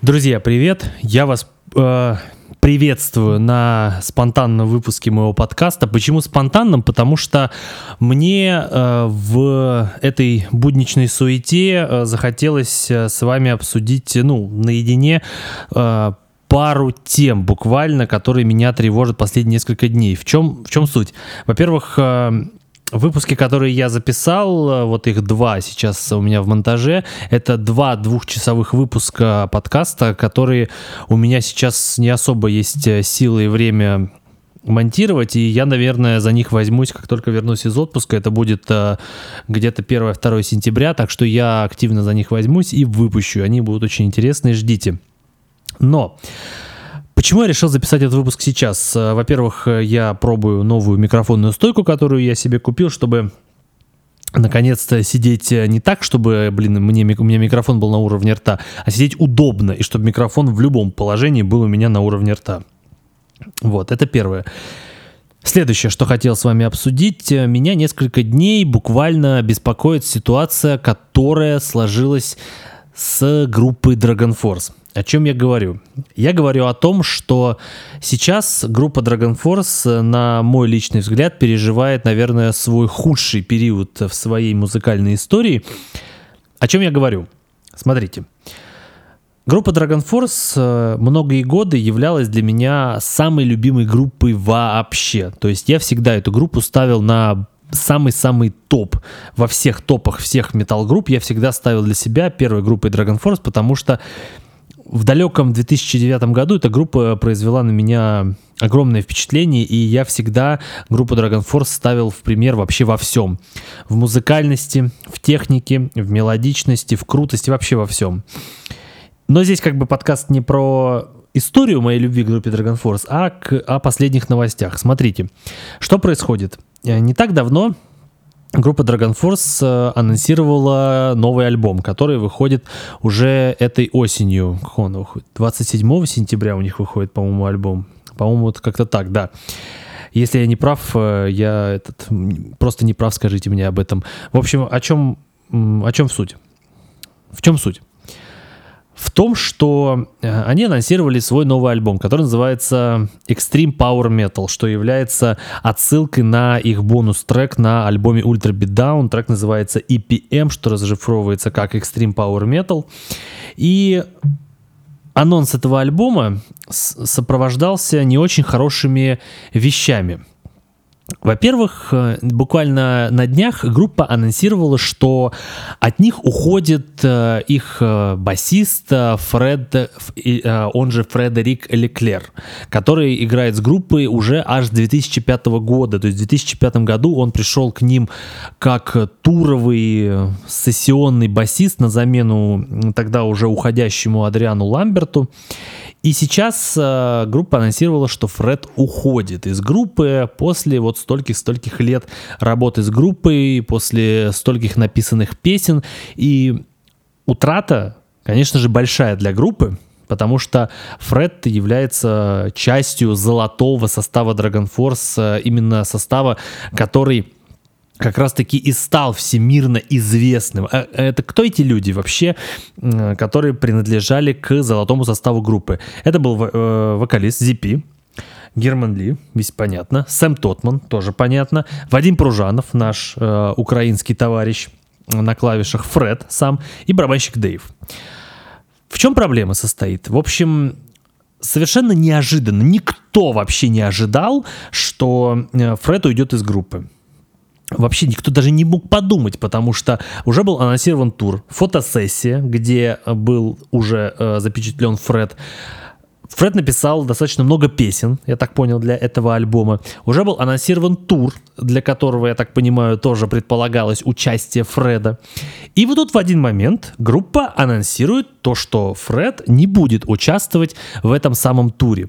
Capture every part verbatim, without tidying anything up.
Друзья, привет! Я вас э, приветствую на спонтанном выпуске моего подкаста. Почему спонтанном? Потому что мне э, в этой будничной суете э, захотелось э, с вами обсудить, ну, наедине э, пару тем буквально, которые меня тревожат последние несколько дней. В чем, в чем суть? Во-первых, э, выпуски, которые я записал, вот их два сейчас у меня в монтаже, это два двухчасовых выпуска подкаста, которые у меня сейчас не особо есть силы и время монтировать, и я, наверное, за них возьмусь, как только вернусь из отпуска. Это будет э, где-то первое-второе сентября, так что я активно за них возьмусь и выпущу. Они будут очень интересные, ждите. Но почему я решил записать этот выпуск сейчас? Во-первых, я пробую новую микрофонную стойку, которую я себе купил, чтобы наконец-то сидеть не так, чтобы, блин, мне, у меня микрофон был на уровне рта, а сидеть удобно, и чтобы микрофон в любом положении был у меня на уровне рта. Вот, это первое. Следующее, что хотел с вами обсудить. Меня несколько дней буквально беспокоит ситуация, которая сложилась с группой Dragon Force. О чем я говорю? Я говорю о том, что сейчас группа Dragon Force, на мой личный взгляд, переживает, наверное, свой худший период в своей музыкальной истории. О чем я говорю? Смотрите. Группа Dragon Force многие годы являлась для меня самой любимой группой вообще. То есть я всегда эту группу ставил на самый-самый топ. Во всех топах всех метал-групп я всегда ставил для себя первой группой Dragon Force, потому что в далеком две тысячи девятом году эта группа произвела на меня огромное впечатление, и я всегда группу Dragon Force ставил в пример вообще во всем. В музыкальности, в технике, в мелодичности, в крутости, вообще во всем. Но здесь как бы подкаст не про историю моей любви к группе Dragon Force, а к, о последних новостях. Смотрите, что происходит. Не так давно группа Dragon Force анонсировала новый альбом, который выходит уже этой осенью. Как он выходит? двадцать седьмого сентября у них выходит, по-моему, альбом. По-моему, это как-то так, да. Если я не прав, я этот, просто не прав, скажите мне об этом. В общем, о чем, о чем суть? В чем суть? В том, что они анонсировали свой новый альбом, который называется Extreme Power Metal, что является отсылкой на их бонус-трек на альбоме Ultra Beatdown. Трек называется и пи эм, что разшифровывается как Extreme Power Metal. И анонс этого альбома сопровождался не очень хорошими вещами. Во-первых, буквально на днях группа анонсировала, что от них уходит их басист Фред, он же Фредерик Леклер, который играет с группой уже аж с две тысячи пятого года. То есть в две тысячи пятом году он пришел к ним как туровый сессионный басист на замену тогда уже уходящему Адриану Ламберту. И сейчас э, группа анонсировала, что Фред уходит из группы после вот стольких-стольких лет работы с группой, после стольких написанных песен. И утрата, конечно же, большая для группы, потому что Фред является частью золотого состава Dragon Force, именно состава, который как раз-таки и стал всемирно известным. А это кто эти люди вообще, которые принадлежали к золотому составу группы? Это был э, вокалист Зи Пи, Герман Ли, весь понятно, Сэм Тотман, тоже понятно, Вадим Пружанов, наш э, украинский товарищ на клавишах, Фред сам и барабанщик Дэйв. В чем проблема состоит? В общем, совершенно неожиданно, никто вообще не ожидал, что Фред уйдет из группы. Вообще никто даже не мог подумать, потому что уже был анонсирован тур, фотосессия, где был уже э, запечатлен Фред. Фред написал достаточно много песен, я так понял, для этого альбома. Уже был анонсирован тур, для которого, я так понимаю, тоже предполагалось участие Фреда. И вот тут в один момент группа анонсирует то, что Фред не будет участвовать в этом самом туре.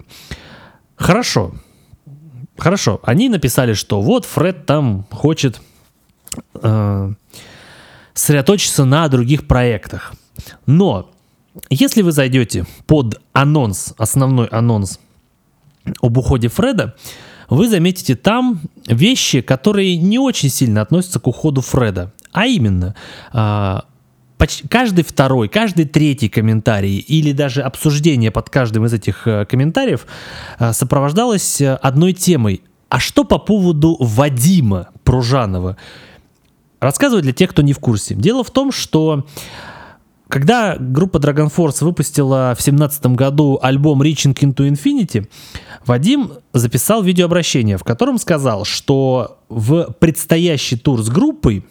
Хорошо. Хорошо, они написали, что вот Фред там хочет э, сосредоточиться на других проектах. Но если вы зайдете под анонс, основной анонс об уходе Фреда, вы заметите там вещи, которые не очень сильно относятся к уходу Фреда. А именно, э, почти каждый второй, каждый третий комментарий или даже обсуждение под каждым из этих э, комментариев э, сопровождалось одной темой. А что по поводу Вадима Пружанова? Рассказываю для тех, кто не в курсе. Дело в том, что когда группа Dragon Force выпустила в две тысячи семнадцатом году альбом Reaching into Infinity, Вадим записал видеообращение, в котором сказал, что в предстоящий тур с группой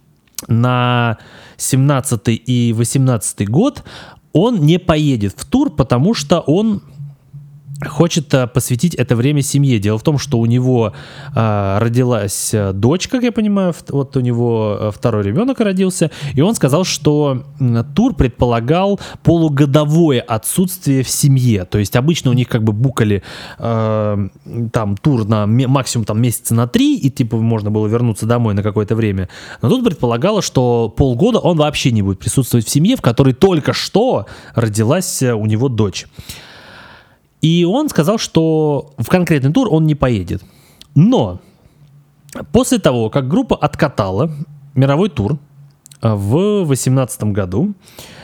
на семнадцатый и восемнадцатый год он не поедет в тур, потому что он хочет а, посвятить это время семье. Дело в том, что у него а, родилась дочь, как я понимаю, вот у него второй ребенок родился, и он сказал, что тур предполагал полугодовое отсутствие в семье. То есть обычно у них как бы букали э, там тур на максимум там месяца на три, и типа можно было вернуться домой на какое-то время. Но тут предполагалось, что полгода он вообще не будет присутствовать в семье, в которой только что родилась у него дочь. И он сказал, что в конкретный тур он не поедет. Но после того, как группа откатала мировой тур в две тысячи восемнадцатом году,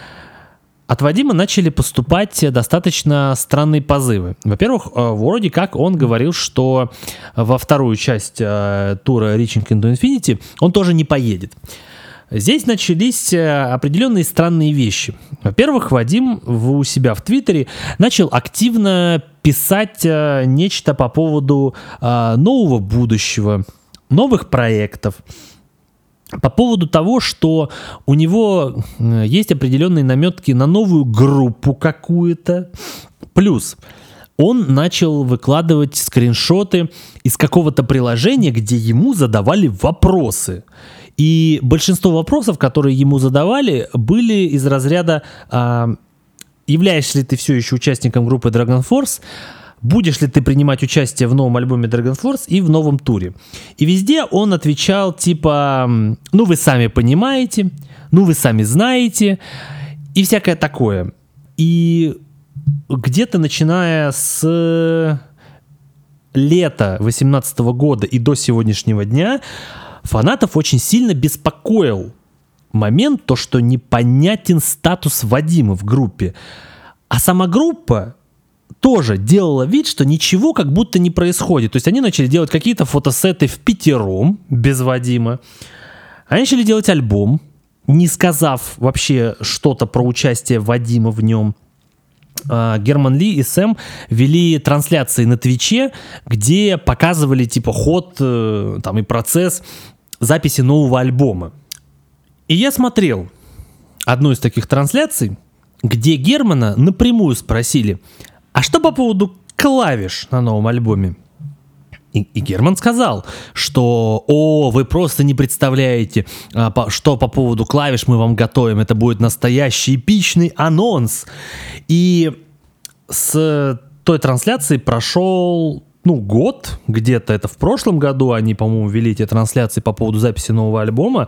от Вадима начали поступать достаточно странные позывы. Во-первых, вроде как он говорил, что во вторую часть тура Reaching into Infinity он тоже не поедет. Здесь начались определенные странные вещи. Во-первых, Вадим у себя в Твиттере начал активно писать нечто по поводу нового будущего, новых проектов, по поводу того, что у него есть определенные наметки на новую группу какую-то. Плюс он начал выкладывать скриншоты из какого-то приложения, где ему задавали вопросы. И большинство вопросов, которые ему задавали, были из разряда а, «Являешься ли ты все еще участником группы Dragon Force?», «Будешь ли ты принимать участие в новом альбоме Dragon Force и в новом туре?». И везде он отвечал типа «Ну вы сами понимаете», «Ну вы сами знаете» и всякое такое. И где-то начиная с лета две тысячи восемнадцатого года и до сегодняшнего дня фанатов очень сильно беспокоил момент, то, что непонятен статус Вадима в группе. А сама группа тоже делала вид, что ничего как будто не происходит. То есть они начали делать какие-то фотосеты впятером, без Вадима. Они начали делать альбом, не сказав вообще что-то про участие Вадима в нем. Герман Ли и Сэм вели трансляции на Твиче, где показывали типа ход там, и процесс записи нового альбома. И я смотрел одну из таких трансляций, где Германа напрямую спросили: а что по поводу клавиш на новом альбоме? И, и Герман сказал, что «О, вы просто не представляете, а, по, что по поводу клавиш мы вам готовим, это будет настоящий эпичный анонс». И с той трансляции прошел, ну, год, где-то это в прошлом году, они, по-моему, вели эти трансляции по поводу записи нового альбома,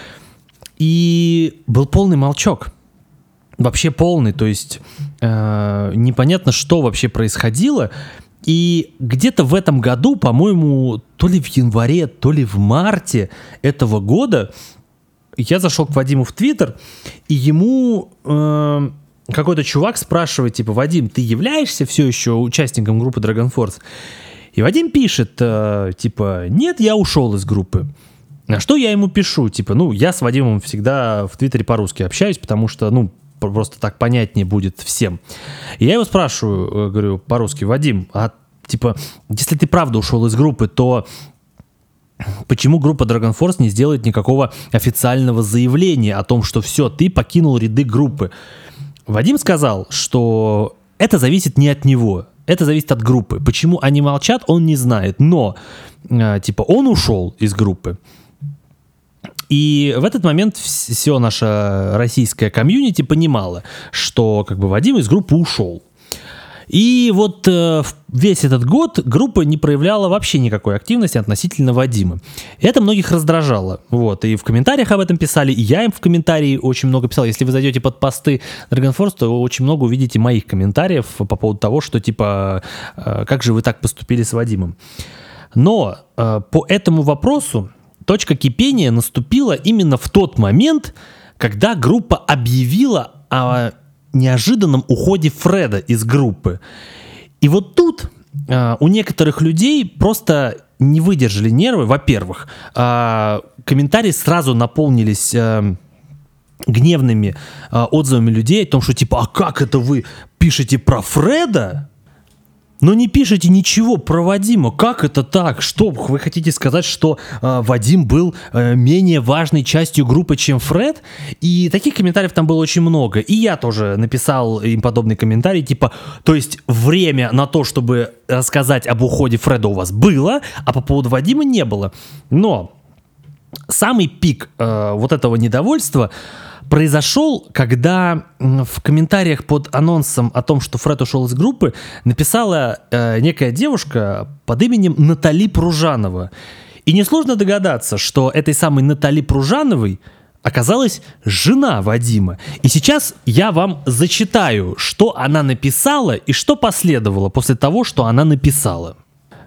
и был полный молчок. Вообще полный, то есть э, непонятно, что вообще происходило. И где-то в этом году, по-моему, то ли в январе, то ли в марте этого года я зашел к Вадиму в Твиттер, и ему э, какой-то чувак спрашивает, типа: «Вадим, ты являешься все еще участником группы Dragon Force?» И Вадим пишет, э, типа: «Нет, я ушел из группы». На что я ему пишу, типа, ну, я с Вадимом всегда в Твиттере по-русски общаюсь, потому что, ну, просто так понятнее будет всем. И я его спрашиваю, говорю по-русски: «Вадим, а типа, если ты правда ушел из группы, то почему группа Dragon Force не сделает никакого официального заявления о том, что все, ты покинул ряды группы?» Вадим сказал, что это зависит не от него, это зависит от группы. Почему они молчат, он не знает, но типа он ушел из группы. И в этот момент все наше российское комьюнити понимало, что как бы Вадим из группы ушел. И вот э, весь этот год группа не проявляла вообще никакой активности относительно Вадима. И это многих раздражало. Вот. И в комментариях об этом писали, и я им в комментарии очень много писал. Если вы зайдете под посты Dragon Force, то вы очень много увидите моих комментариев по поводу того, что типа, э, как же вы так поступили с Вадимом. Но э, по этому вопросу точка кипения наступила именно в тот момент, когда группа объявила о неожиданном уходе Фреда из группы. И вот тут э, у некоторых людей просто не выдержали нервы. Во-первых, э, комментарии сразу наполнились э, гневными э, отзывами людей о том, что типа, а как это вы пишете про Фреда, но не пишете ничего про Вадима? Как это так? Что, вы хотите сказать, что э, Вадим был э, менее важной частью группы, чем Фред? И таких комментариев там было очень много. И я тоже написал им подобный комментарий, типа, то есть время на то, чтобы рассказать об уходе Фреда у вас было, а по поводу Вадима не было. Но самый пик э, вот этого недовольства произошел, когда в комментариях под анонсом о том, что Фред ушел из группы, написала э, некая девушка под именем Натали Пружанова. И несложно догадаться, что этой самой Натали Пружановой оказалась жена Вадима. И сейчас я вам зачитаю, что она написала и что последовало после того, что она написала.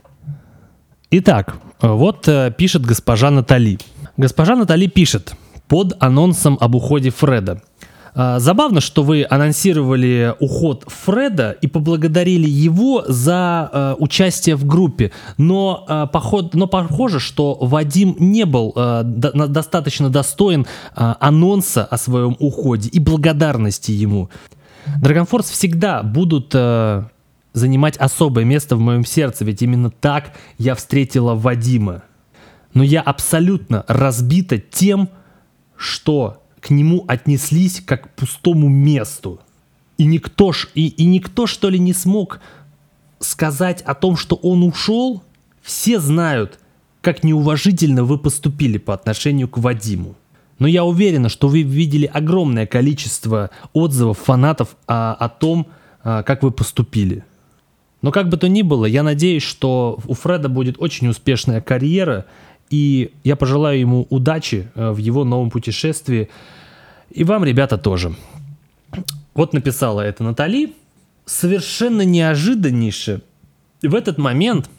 Итак, вот э, пишет госпожа Натали. Госпожа Натали пишет под анонсом об уходе Фреда. Забавно, что вы анонсировали уход Фреда и поблагодарили его за э, участие в группе, но, э, поход, но похоже, что Вадим не был э, до, достаточно достоин э, анонса о своем уходе и благодарности ему. DragonForce всегда будут э, занимать особое место в моем сердце, ведь именно так я встретила Вадима. Но я абсолютно разбита тем, что к нему отнеслись как к пустому месту. И никто, ж, и, и никто, что ли, не смог сказать о том, что он ушел. Все знают, как неуважительно вы поступили по отношению к Вадиму. Но я уверена, что вы видели огромное количество отзывов фанатов о, о том, как вы поступили. Но как бы то ни было, я надеюсь, что у Фреда будет очень успешная карьера, и я пожелаю ему удачи в его новом путешествии. И вам, ребята, тоже. Вот написала это Натали. Совершенно неожиданнейше в этот момент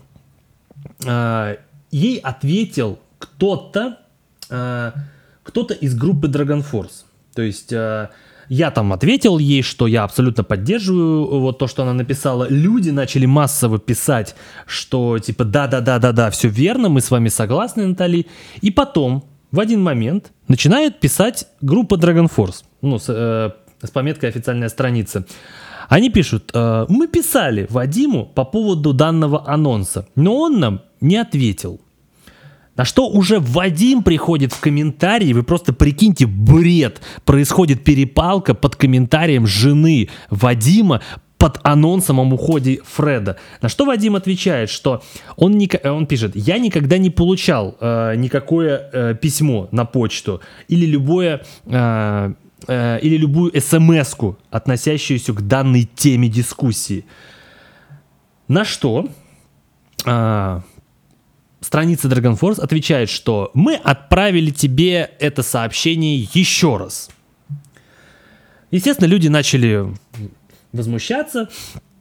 э, ей ответил кто-то, э, кто-то из группы DragonForce. То есть э, я там ответил ей, что я абсолютно поддерживаю вот то, что она написала. Люди начали массово писать, что типа да-да-да-да-да, все верно, мы с вами согласны, Натали. И потом, в один момент, начинает писать группа DragonForce, ну, с, э, с пометкой «Официальная страница». Они пишут: э, мы писали Вадиму по поводу данного анонса, но он нам не ответил. На что уже Вадим приходит в комментарии, вы просто прикиньте, бред. Происходит перепалка под комментарием жены Вадима под анонсом о уходе Фреда. На что Вадим отвечает, что он, не, он пишет: я никогда не получал э, никакое э, письмо на почту или любое... Э, э, или любую смс-ку, относящуюся к данной теме дискуссии. На что... Э, Страница DragonForce отвечает, что мы отправили тебе это сообщение еще раз. Естественно, люди начали возмущаться.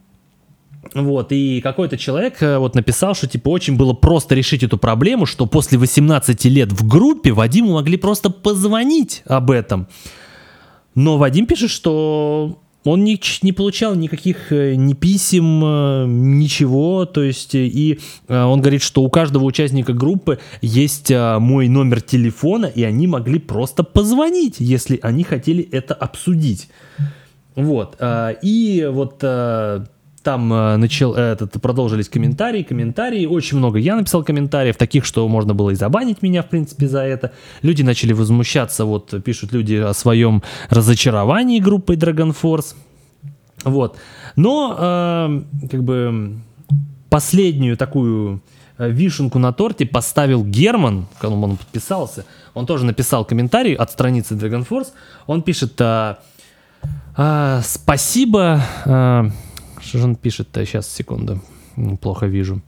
Вот, и какой-то человек вот написал, что типа очень было просто решить эту проблему, что после восемнадцати лет в группе Вадиму могли просто позвонить об этом. Но Вадим пишет, что он не, не получал никаких ни писем, ничего, то есть, и он говорит, что у каждого участника группы есть мой номер телефона, и они могли просто позвонить, если они хотели это обсудить. Вот, и вот там начал, этот, продолжились комментарии, комментарии, очень много я написал комментариев, таких, что можно было и забанить меня, в принципе, за это. Люди начали возмущаться, вот пишут люди о своем разочаровании группой DragonForce. Вот. Но, э, как бы, последнюю такую вишенку на торте поставил Герман, когда он подписался. Он тоже написал комментарий от страницы DragonForce. Он пишет: э, э, спасибо... Э, Что же он пишет-то? Сейчас, секунду. Плохо вижу.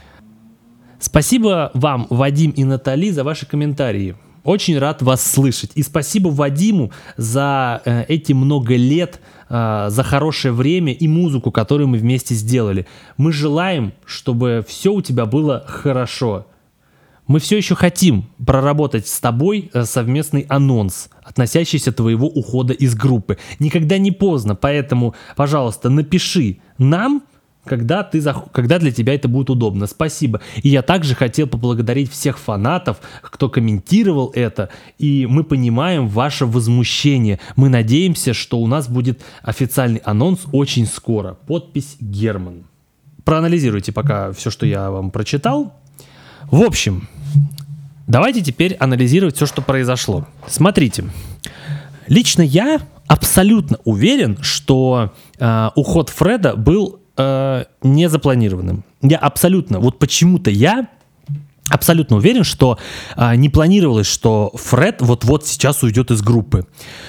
Спасибо вам, Вадим и Натали, за ваши комментарии. Очень рад вас слышать. И спасибо Вадиму за э, эти много лет, э, за хорошее время и музыку, которую мы вместе сделали. Мы желаем, чтобы все у тебя было хорошо. мы все еще хотим проработать с тобой совместный анонс, относящийся твоего ухода из группы. Никогда не поздно, поэтому, пожалуйста, напиши нам, когда, ты, когда для тебя это будет удобно. Спасибо. И я также хотел поблагодарить всех фанатов, кто комментировал это, и мы понимаем ваше возмущение. Мы надеемся, что у нас будет официальный анонс очень скоро. Подпись Герман. Проанализируйте пока все, что я вам прочитал. В общем, давайте теперь анализировать все, что произошло. Смотрите, лично я абсолютно уверен, что э, уход Фреда был э, не запланированным. Я абсолютно, вот почему-то я абсолютно уверен, что э, не планировалось, что Фред вот-вот сейчас уйдет из группы.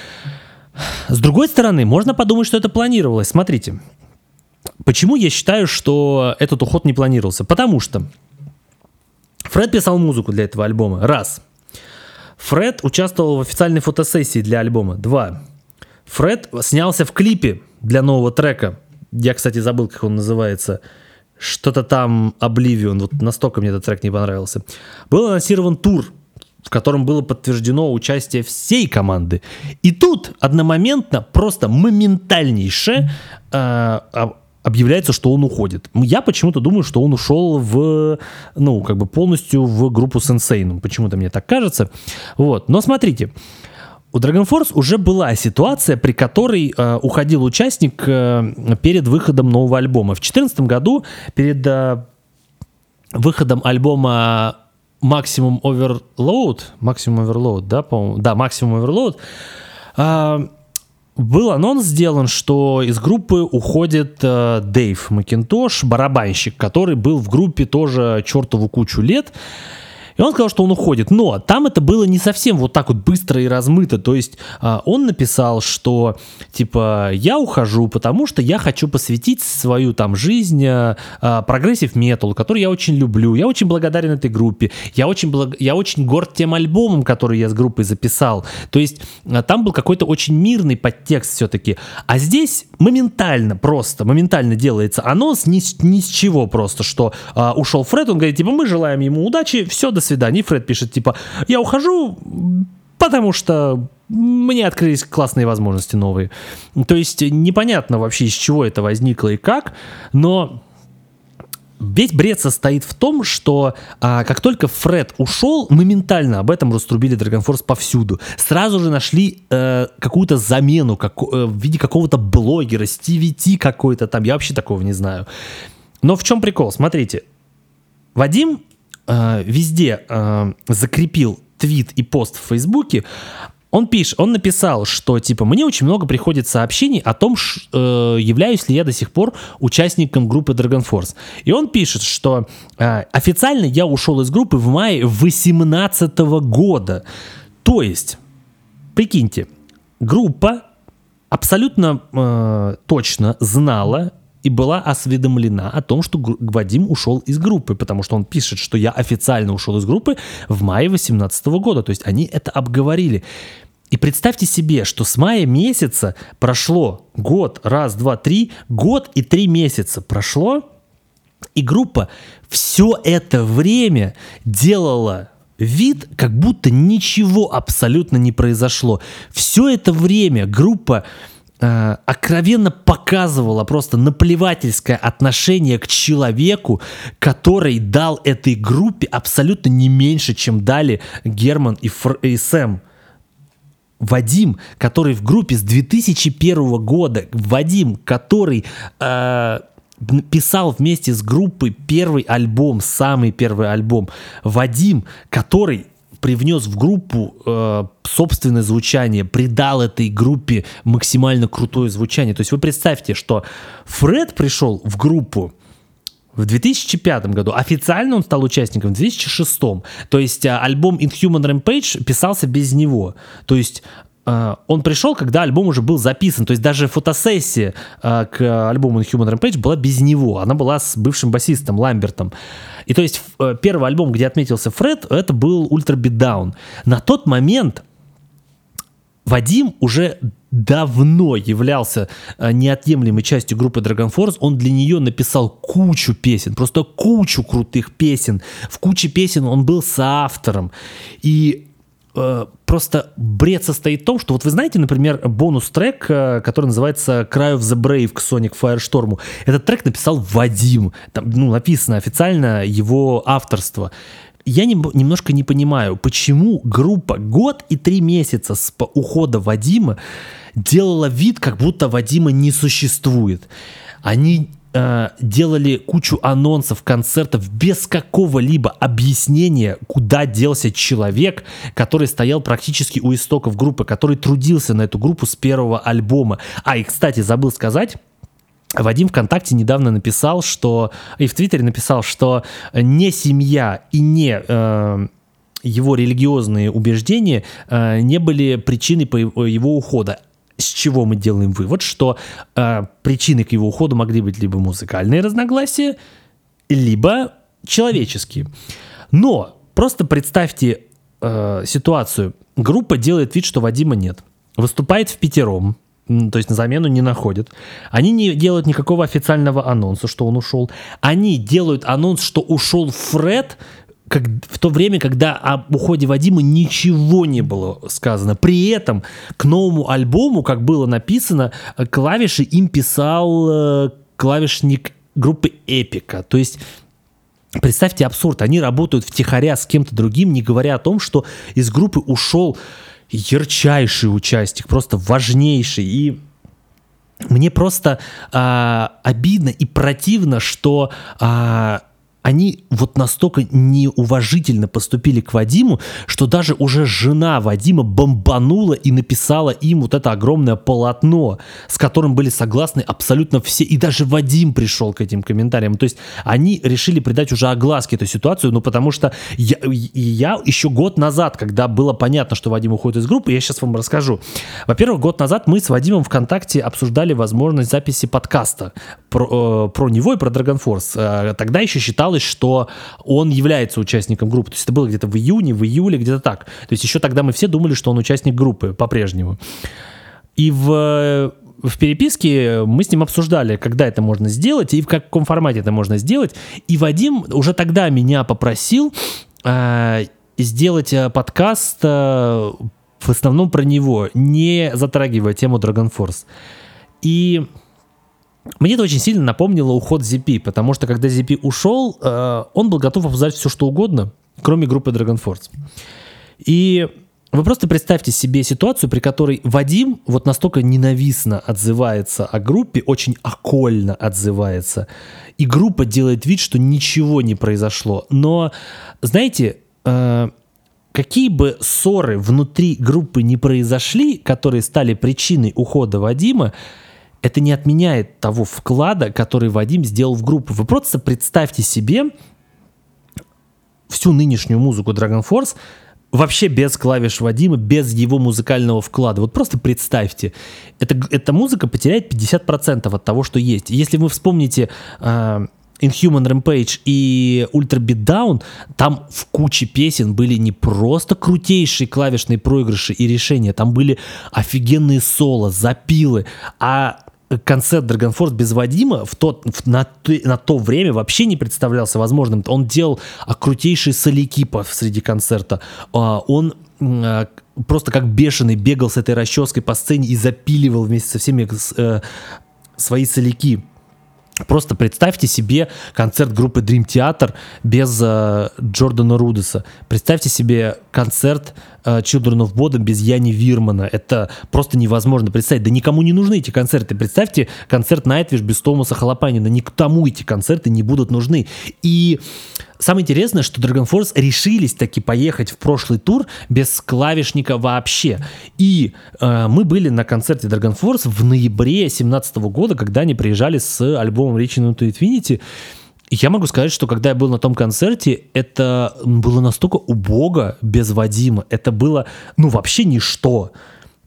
С другой стороны, можно подумать, что это планировалось. Смотрите, почему я считаю, что этот уход не планировался? Потому что Фред писал музыку для этого альбома. Раз. Фред участвовал в официальной фотосессии для альбома. Два. Фред снялся в клипе для нового трека. Я, кстати, забыл, как он называется. Что-то там Oblivion. Вот настолько мне этот трек не понравился. Был анонсирован тур, в котором было подтверждено участие всей команды. И тут одномоментно, просто моментальнейше э, объявляется, что он уходит. Я почему-то думаю, что он ушел в, ну, как бы полностью в группу с Insane. Почему-то мне так кажется. Вот. Но смотрите, у Dragon Force уже была ситуация, при которой э, уходил участник э, перед выходом нового альбома. В две тысячи четырнадцатом году перед э, выходом альбома Maximum Overload, Maximum Overload, да, по-моему, да, Maximum Overload, э, был анонс сделан, что из группы уходит э, Дэйв Макинтош, барабанщик, который был в группе тоже чертову кучу лет. И он сказал, что он уходит. Но там это было не совсем вот так вот быстро и размыто. То есть э, он написал, что типа я ухожу, потому что я хочу посвятить свою там жизнь э, прогрессив металу, который я очень люблю. Я очень благодарен этой группе. Я очень, благ... я очень горд тем альбомом, который я с группой записал. То есть э, там был какой-то очень мирный подтекст все-таки. А здесь моментально просто, моментально делается анонс ни, ни с чего просто, что э, ушел Фред, он говорит, типа мы желаем ему удачи, все, до свидания. И Фред пишет, типа, я ухожу, потому что мне открылись классные возможности новые. То есть непонятно вообще, из чего это возникло и как, но весь бред состоит в том, что а, как только Фред ушел, моментально об этом раструбили Dragon Force повсюду. Сразу же нашли э, какую-то замену как, э, в виде какого-то блогера, Стиви Ти какой-то там, я вообще такого не знаю. Но в чем прикол? Смотрите, Вадим э, везде э, закрепил твит и пост в Фейсбуке. Он пишет, он написал, что типа мне очень много приходит сообщений о том, ш, э, являюсь ли я до сих пор участником группы Dragon Force. И он пишет, что э, официально я ушел из группы в мае две тысячи восемнадцатого года. То есть, прикиньте, группа абсолютно э, точно знала и была осведомлена о том, что Вадим ушел из группы, потому что он пишет, что я официально ушел из группы в мае две тысячи восемнадцатого года. То есть они это обговорили. И представьте себе, что с мая месяца прошло год, раз, два, три, год и три месяца прошло, и группа все это время делала вид, как будто ничего абсолютно не произошло. Все это время группа э, откровенно показывала просто наплевательское отношение к человеку, который дал этой группе абсолютно не меньше, чем дали Герман и, Фр- и Сэм. Вадим, который в группе с две тысячи первого года, Вадим, который э, писал вместе с группой первый альбом, самый первый альбом, Вадим, который привнес в группу э, собственное звучание, придал этой группе максимально крутое звучание. То есть вы представьте, что Фред пришел в группу в две тысячи пятом году, официально он стал участником в две тысячи шестом. То есть а, альбом Inhuman Rampage писался без него. То есть а, он пришел, когда альбом уже был записан. То есть даже фотосессия а, к альбому Inhuman Rampage была без него. Она была с бывшим басистом Ламбертом. И то есть а, первый альбом, где отметился Фред, это был Ultra Beatdown. На тот момент Вадим уже давно являлся неотъемлемой частью группы Dragon Force. Он для нее написал кучу песен, просто кучу крутых песен. В куче песен он был соавтором. И э, просто бред состоит в том, что вот вы знаете, например, бонус-трек, который называется «Cry of the Brave» к Sonic Firestorm. Этот трек написал Вадим. Там, ну, написано официально его авторство. Я не, немножко не понимаю, почему группа год и три месяца с ухода Вадима делала вид, как будто Вадима не существует. Они э, делали кучу анонсов, концертов без какого-либо объяснения, куда делся человек, который стоял практически у истоков группы, который трудился на эту группу с первого альбома. А, и, кстати, забыл сказать, Вадим ВКонтакте недавно написал, что, и в Твиттере написал, что не семья и не э, его религиозные убеждения э, не были причиной по его, его ухода. С чего мы делаем вывод, что э, причиной к его уходу могли быть либо музыкальные разногласия, либо человеческие. Но просто представьте э, ситуацию. Группа делает вид, что Вадима нет. Выступает впятером. То есть на замену не находят. Они не делают никакого официального анонса, что он ушел. Они делают анонс, что ушел Фред, как, в то время, когда об уходе Вадима ничего не было сказано. При этом к новому альбому, как было написано, клавиши им писал э, клавишник группы Эпика. То есть представьте абсурд. Они работают втихаря с кем-то другим, не говоря о том, что из группы ушел ярчайший участник, просто важнейший. И мне просто а, обидно и противно, что а, они вот настолько неуважительно поступили к Вадиму, что даже уже жена Вадима бомбанула и написала им вот это огромное полотно, с которым были согласны абсолютно все. И даже Вадим пришел к этим комментариям. То есть они решили придать уже огласке эту ситуацию, ну потому что я, я еще год назад, когда было понятно, что Вадим уходит из группы, я сейчас вам расскажу. Во-первых, год назад мы с Вадимом ВКонтакте обсуждали возможность записи подкаста про, э, про него и про Dragon Force. Тогда еще считалось, что он является участником группы. То есть это было где-то в июне, в июле, где-то так. То есть еще тогда мы все думали, что он участник группы по-прежнему. И в, в переписке мы с ним обсуждали, когда это можно сделать и в каком формате это можно сделать. И Вадим уже тогда меня попросил э, сделать подкаст э, в основном про него, не затрагивая тему Dragon Force. И мне это очень сильно напомнило уход зет пи, потому что когда зет пи ушел, э, он был готов обсуждать все, что угодно, кроме группы Dragon Force. И вы просто представьте себе ситуацию, при которой Вадим вот настолько ненавистно отзывается о группе, очень окольно отзывается, и группа делает вид, что ничего не произошло. Но, знаете, э, какие бы ссоры внутри группы не произошли, которые стали причиной ухода Вадима, это не отменяет того вклада, который Вадим сделал в группу. Вы просто представьте себе всю нынешнюю музыку Dragon Force вообще без клавиш Вадима, без его музыкального вклада. Вот просто представьте. Это, эта музыка потеряет пятьдесят процентов от того, что есть. Если вы вспомните э, Inhuman Rampage и Ultra Beatdown, там в куче песен были не просто крутейшие клавишные проигрыши и решения, там были офигенные соло, запилы, а концерт Dragon Force без Вадима в тот, в, на, на то время вообще не представлялся возможным. Он делал а, крутейшие соляки по, среди концерта. А, он а, просто как бешеный бегал с этой расческой по сцене и запиливал вместе со всеми а, свои соляки. Просто представьте себе концерт группы Dream Theater без э, Джордана Рудеса. Представьте себе концерт э, Children of Bodom без Яни Вирмана. Это просто невозможно представить. Да никому не нужны эти концерты. Представьте концерт Nightwish без Томаса Халапанина. Никому эти концерты не будут нужны. И самое интересное, что Dragon Force решились таки поехать в прошлый тур без клавишника вообще. И э, мы были на концерте Dragon Force в ноябре две тысячи семнадцатого года, когда они приезжали с альбомом Reaching into Infinity. И я могу сказать, что когда я был на том концерте, это было настолько убого без Вадима. Это было, ну, вообще ничто.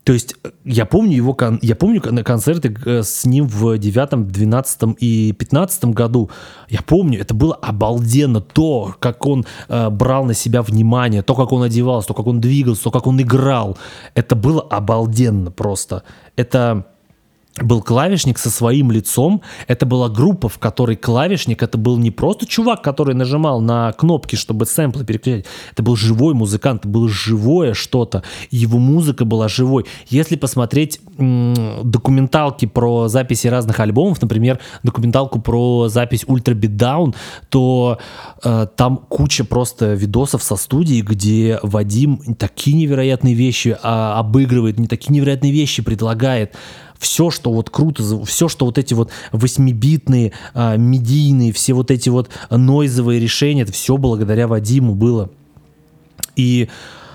То есть я помню его, кон- я помню концерты с ним в девятом, двенадцатом и пятнадцатом году. Я помню, это было обалденно. То, как он э, брал на себя внимание, то, как он одевался, то, как он двигался, то, как он играл. Это было обалденно просто. Это был клавишник со своим лицом. Это была группа, в которой клавишник, это был не просто чувак, который нажимал на кнопки, чтобы сэмплы переключать. Это был живой музыкант, это было живое что-то. Его музыка была живой. Если посмотреть м- документалки про записи разных альбомов, например, документалку про запись Ultra Beatdown, то э, там куча просто видосов со студии, где Вадим такие невероятные вещи а, обыгрывает, не такие невероятные вещи предлагает. Все, что вот круто, все, что вот эти вот восьмибитные, а, медийные, все вот эти вот нойзовые решения, это все благодаря Вадиму было. И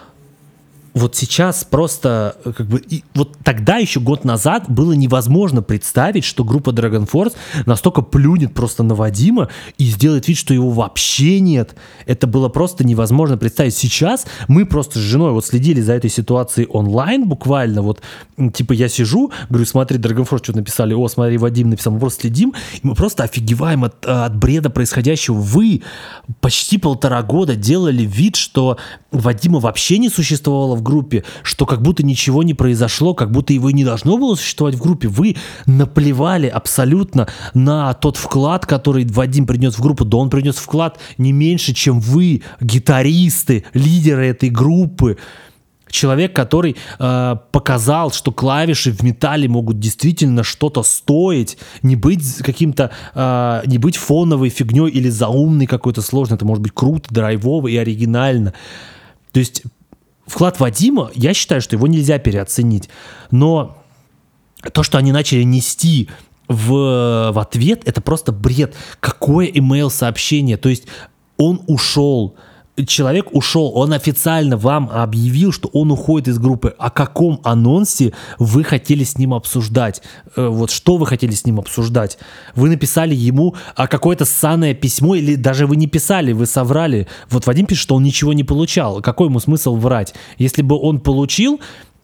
вот сейчас просто, как бы, и вот тогда еще год назад было невозможно представить, что группа Dragon Force настолько плюнет просто на Вадима и сделает вид, что его вообще нет. Это было просто невозможно представить. Сейчас мы просто с женой вот следили за этой ситуацией онлайн буквально, вот, типа я сижу, говорю, смотри, Dragon Force что-то написали, о, смотри, Вадим написал, мы просто следим, и мы просто офигеваем от, от бреда происходящего. Вы почти полтора года делали вид, что Вадима вообще не существовало в группе, что как будто ничего не произошло, как будто его и не должно было существовать в группе. Вы наплевали абсолютно на тот вклад, который Вадим принес в группу. Да он принес вклад не меньше, чем вы, гитаристы, лидеры этой группы. Человек, который э, показал, что клавиши в металле могут действительно что-то стоить, не быть каким-то, э, не быть фоновой фигней или заумной какой-то сложной. Это может быть круто, драйвово и оригинально. То есть вклад Вадима, я считаю, что его нельзя переоценить. Но то, что они начали нести в, в ответ, это просто бред. Какое имейл-сообщение? То есть он ушел. Человек ушел, он официально вам объявил, что он уходит из группы. О каком анонсе вы хотели с ним обсуждать? Вот что вы хотели с ним обсуждать? Вы написали ему какое-то ссаное письмо, или даже вы не писали, вы соврали. Вот Вадим пишет, что он ничего не получал. Какой ему смысл врать? Если бы он получил...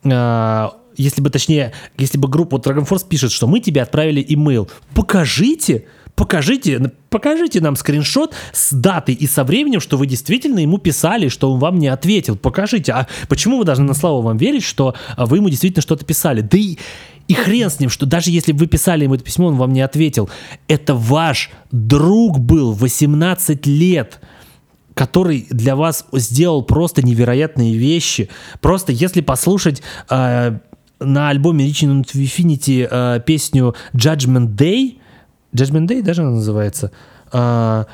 Если бы, точнее, если бы группа вот Dragon Force пишет, что мы тебе отправили имейл, покажите... Покажите, покажите нам скриншот с датой и со временем, что вы действительно ему писали, что он вам не ответил. Покажите. А почему вы должны на слово вам верить, что вы ему действительно что-то писали? Да и, и хрен с ним, что даже если вы писали ему это письмо, он вам не ответил. Это ваш друг был восемнадцать лет, который для вас сделал просто невероятные вещи. Просто если послушать... Э, на альбоме Reaching into Infinity э, песню Judgment Day, Judgment Day даже она называется, а,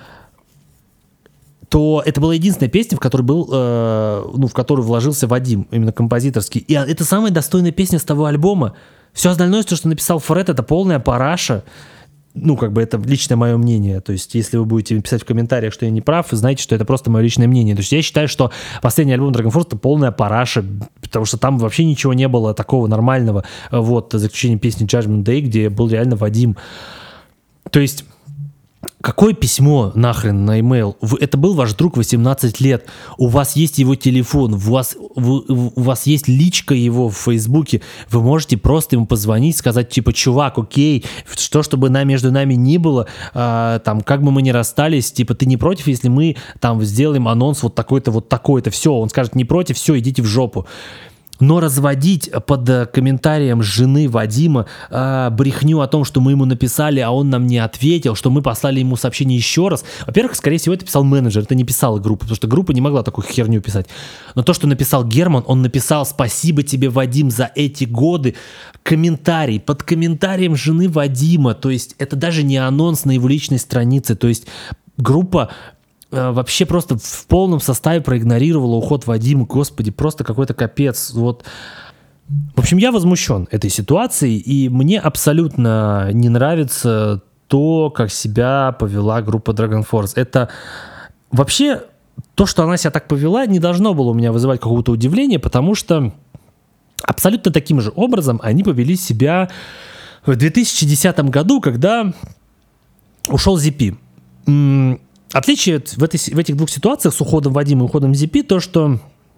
то это была единственная песня, в которой был, э, ну, в которую вложился Вадим, именно композиторский. И это самая достойная песня с того альбома. Все остальное, то, что написал Фред, это полная параша. Ну, как бы это личное мое мнение. То есть, если вы будете писать в комментариях, что я не прав, вы знаете, что это просто мое личное мнение. То есть, я считаю, что последний альбом Dragon Force — это полная параша, потому что там вообще ничего не было такого нормального. Вот, за исключением песни Judgment Day, где был реально Вадим. То есть, какое письмо нахрен на имейл? Вы, это был ваш друг восемнадцать лет, у вас есть его телефон, у вас, вы, у вас есть личка его в Фейсбуке, вы можете просто ему позвонить, сказать, типа, чувак, окей, что, чтобы на, между нами ни было, а, там, как бы мы ни расстались, типа, ты не против, если мы там сделаем анонс вот такой-то, вот такой-то, все, он скажет, не против, все, идите в жопу. Но разводить под комментарием жены Вадима э, брехню о том, что мы ему написали, а он нам не ответил, что мы послали ему сообщение еще раз. Во-первых, скорее всего, это писал менеджер, это не писала группа, потому что группа не могла такую херню писать. Но то, что написал Герман, он написал: «Спасибо тебе, Вадим, за эти годы». Комментарий под комментарием жены Вадима. То есть это даже не анонс на его личной странице. То есть группа... вообще просто в полном составе проигнорировала уход Вадима. Господи, просто какой-то капец. Вот. В общем, я возмущен этой ситуацией, и мне абсолютно не нравится то, как себя повела группа Dragon Force. Это вообще то, что она себя так повела, не должно было у меня вызывать какого-то удивления, потому что абсолютно таким же образом они повели себя в две тысячи десятом году, когда ушел Зипи. Отличие в, этой, в этих двух ситуациях с уходом Вадима и уходом Зипи то, что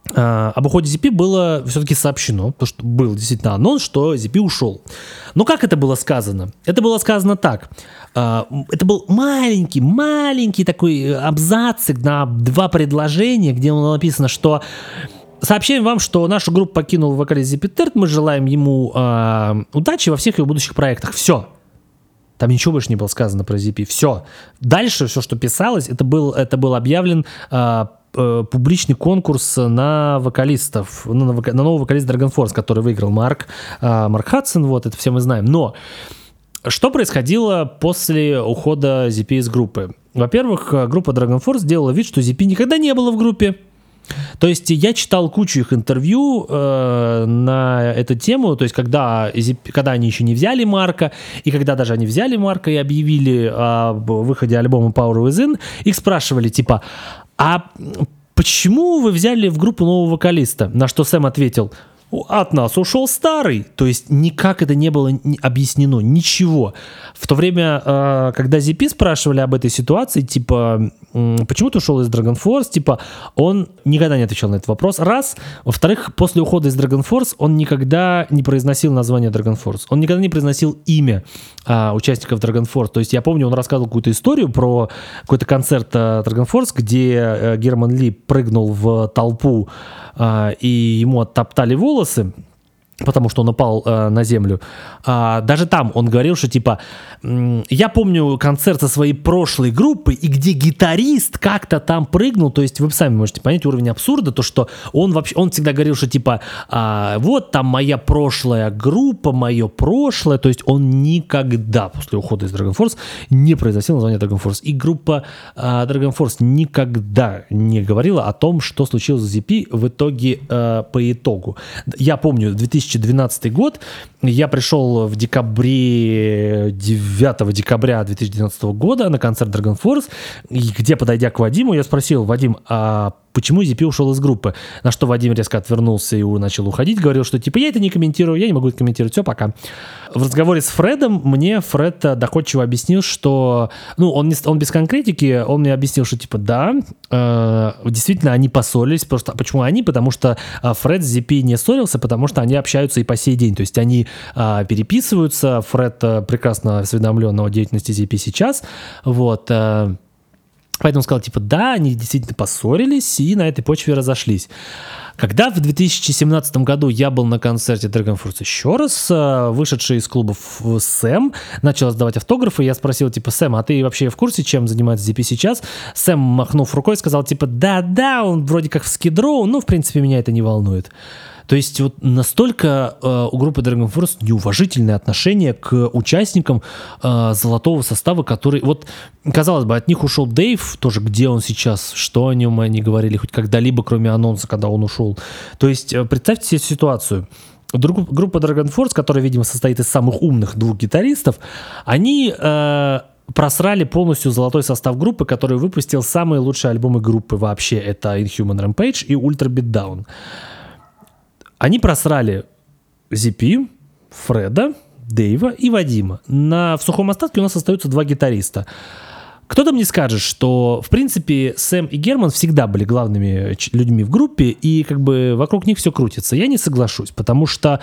Uh, об уходе зипи было все-таки сообщено, потому что был действительно анонс, что зипи ушел. Но как это было сказано? Это было сказано так. Uh, это был маленький, маленький такой абзацик на два предложения, где было написано, что сообщаем вам, что нашу группу покинул вокалист Зиппи Терт, мы желаем ему uh, удачи во всех его будущих проектах. Все. Там ничего больше не было сказано про зипи. Все. Дальше все, что писалось, это был, это был объявлен uh, публичный конкурс на вокалистов, на, на нового вокалиста Dragon Force, который выиграл Марк, Марк Хадсон, вот, это все мы знаем. Но что происходило после ухода зипи из группы? Во-первых, группа Dragon Force сделала вид, что зипи никогда не было в группе. То есть я читал кучу их интервью э, на эту тему, то есть когда, когда они еще не взяли Марка, и когда даже они взяли Марка и объявили об выходе альбома Power Within, их спрашивали типа, а почему вы взяли в группу нового вокалиста? На что Сэм ответил, от нас ушел старый. То есть никак это не было объяснено, ничего. В то время, когда зипи спрашивали об этой ситуации, типа, почему ты ушел из Dragon Force, типа, он никогда не отвечал на этот вопрос. Раз. Во-вторых, после ухода из Dragon Force он никогда не произносил название Dragon Force. Он никогда не произносил имя а, участников Dragon Force. То есть я помню, он рассказывал какую-то историю про какой-то концерт а, Dragon Force, где а, Герман Ли прыгнул в толпу а, и ему оттоптали волосы, потому что он упал э, на землю. А, даже там он говорил, что типа я помню концерт со своей прошлой группы, и где гитарист как-то там прыгнул, то есть вы сами можете понять уровень абсурда, то что он вообще, он всегда говорил, что типа а, вот там моя прошлая группа, мое прошлое, то есть он никогда после ухода из Dragon Force не произносил название Dragon Force, и группа а, Dragon Force никогда не говорила о том, что случилось с зипи в итоге, а, по итогу. Я помню, две тысячи двенадцатый год, я пришел в декабре, девятого декабря две тысячи двенадцатого года на концерт Dragon Force, где, подойдя к Вадиму, я спросил: Вадим, а почему зипи ушел из группы? На что Вадим резко отвернулся и начал уходить, говорил, что типа я это не комментирую, я не могу это комментировать, все, пока. В разговоре с Фредом мне Фред доходчиво объяснил, что, ну, он, не, он без конкретики, он мне объяснил, что типа да, э, действительно они поссорились, просто почему они? Потому что Фред с зипи не ссорился, потому что они общаются и по сей день, то есть они э, переписываются, Фред э, прекрасно осведомлен о деятельности зипи сейчас, вот, э, поэтому сказал, типа, да, они действительно поссорились и на этой почве разошлись. Когда в две тысячи семнадцатом году я был на концерте Dragon Force еще раз, вышедший из клуба Сэм начал раздавать автографы, я спросил, типа, Сэм, а ты вообще в курсе, чем занимается зипи сейчас? Сэм, махнув рукой, сказал, типа, да-да, он вроде как в Skid Row, ну, в принципе, меня это не волнует. То есть вот настолько э, у группы Dragon Force неуважительное отношение к участникам э, золотого состава, который... Вот, казалось бы, от них ушел Дэйв, тоже где он сейчас, что о нем они говорили хоть когда-либо, кроме анонса, когда он ушел. То есть э, представьте себе ситуацию. Группа Dragon Force, которая, видимо, состоит из самых умных двух гитаристов, они... Э, просрали полностью золотой состав группы, который выпустил самые лучшие альбомы группы вообще. Это Inhuman Rampage и Ultra Beatdown. Они просрали зипи, Фреда, Дэйва и Вадима. На, в сухом остатке у нас остаются два гитариста. Кто-то мне скажет, что, в принципе, Сэм и Герман всегда были главными людьми в группе, и как бы вокруг них все крутится. Я не соглашусь, потому что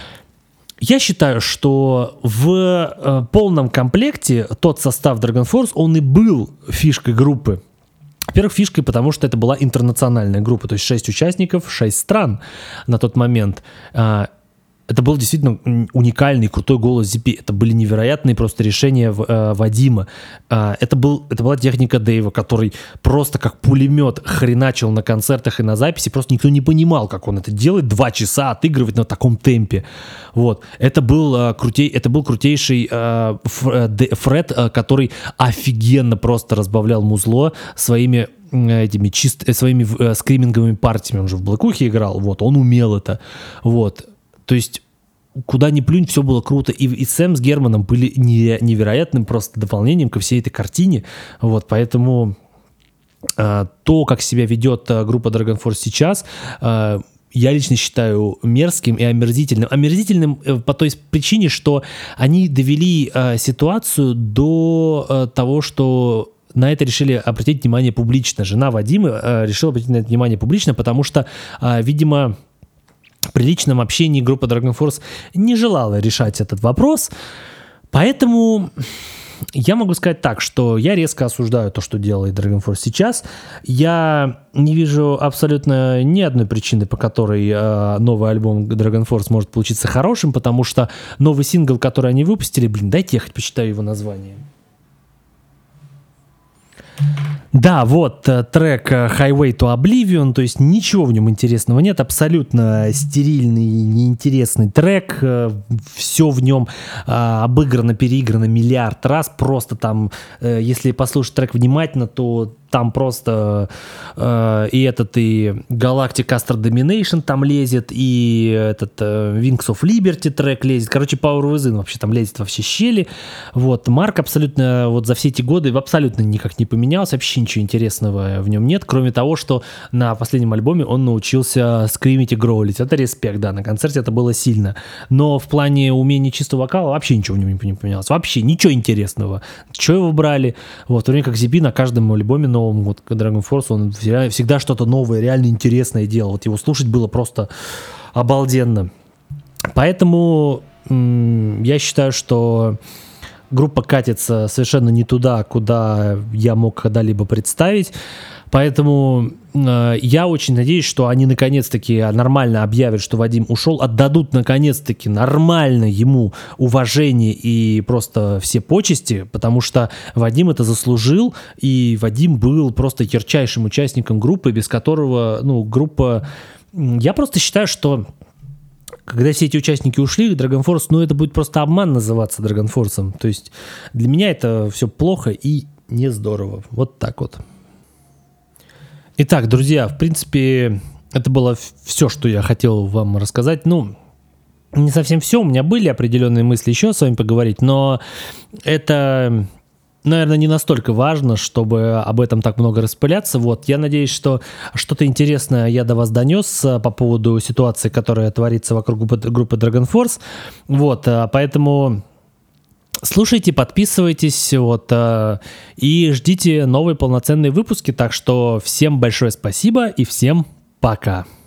я считаю, что в э, полном комплекте тот состав Dragon Force, он и был фишкой группы. Во-первых, фишкой, потому что это была интернациональная группа, то есть шесть участников, шесть стран на тот момент. Это был действительно уникальный, крутой голос зипи. Это были невероятные просто решения э, Вадима. Э, это, был, это была техника Дэйва, который просто как пулемет хреначил на концертах и на записи. Просто никто не понимал, как он это делает. Два часа отыгрывать на таком темпе. Вот. Это был, э, крутей, это был крутейший э, Фред, э, который офигенно просто разбавлял музло своими этими чист, своими э, скриминговыми партиями. Он же в Блэкухе играл. Вот. Он умел это. Вот. То есть, куда ни плюнь, все было круто. И, и Сэм с Германом были невероятным просто дополнением ко всей этой картине. Вот, поэтому э, то, как себя ведет э, группа Dragon Force сейчас, э, я лично считаю мерзким и омерзительным. Омерзительным э, по той причине, что они довели э, ситуацию до э, того, что на это решили обратить внимание публично. Жена Вадима э, решила обратить на это внимание публично, потому что, э, видимо, при личном общении группа Dragon Force не желала решать этот вопрос. Поэтому я могу сказать так, что я резко осуждаю то, что делает Dragon Force сейчас. Я не вижу абсолютно ни одной причины, по которой э, новый альбом Dragon Force может получиться хорошим, потому что новый сингл, который они выпустили, блин, дайте я хоть почитаю его название. Да, вот трек Highway to Oblivion, то есть ничего в нем интересного нет, абсолютно стерильный, неинтересный трек, все в нем а, обыграно, переиграно миллиард раз, просто там, э, если послушать трек внимательно, то там просто э, и этот, и Galactic Astral Domination там лезет, и этот э, Wings of Liberty трек лезет. Короче, Power Within вообще там лезет во все щели. Вот. Марк абсолютно вот за все эти годы абсолютно никак не поменялся, вообще ничего интересного в нем нет, кроме того, что на последнем альбоме он научился скримить и гроулить. Это респект, да, на концерте это было сильно. Но в плане умения чистого вокала вообще ничего в нем не поменялось. Вообще ничего интересного. Чего его брали? Вот, в то время как Зиби на каждом альбоме новом, вот Dragon Force, он всегда, всегда что-то новое, реально интересное делал. Вот его слушать было просто обалденно. Поэтому м- я считаю, что группа катится совершенно не туда, куда я мог когда-либо представить. Поэтому э, я очень надеюсь, что они наконец-таки нормально объявят, что Вадим ушел, отдадут наконец-таки нормально ему уважение и просто все почести, потому что Вадим это заслужил, и Вадим был просто ярчайшим участником группы, без которого, ну, группа... Я просто считаю, что когда все эти участники ушли, Dragon Force, ну, это будет просто обман называться Dragon Force. То есть для меня это все плохо и не здорово. Вот так вот. Итак, друзья, в принципе, это было все, что я хотел вам рассказать. Ну, не совсем все, у меня были определенные мысли еще с вами поговорить, но это, наверное, не настолько важно, чтобы об этом так много распыляться. Вот, я надеюсь, что что-то интересное я до вас донес по поводу ситуации, которая творится вокруг группы, группы Dragon Force. Вот, поэтому... Слушайте, подписывайтесь, вот, э, и ждите новые полноценные выпуски. Так что всем большое спасибо и всем пока.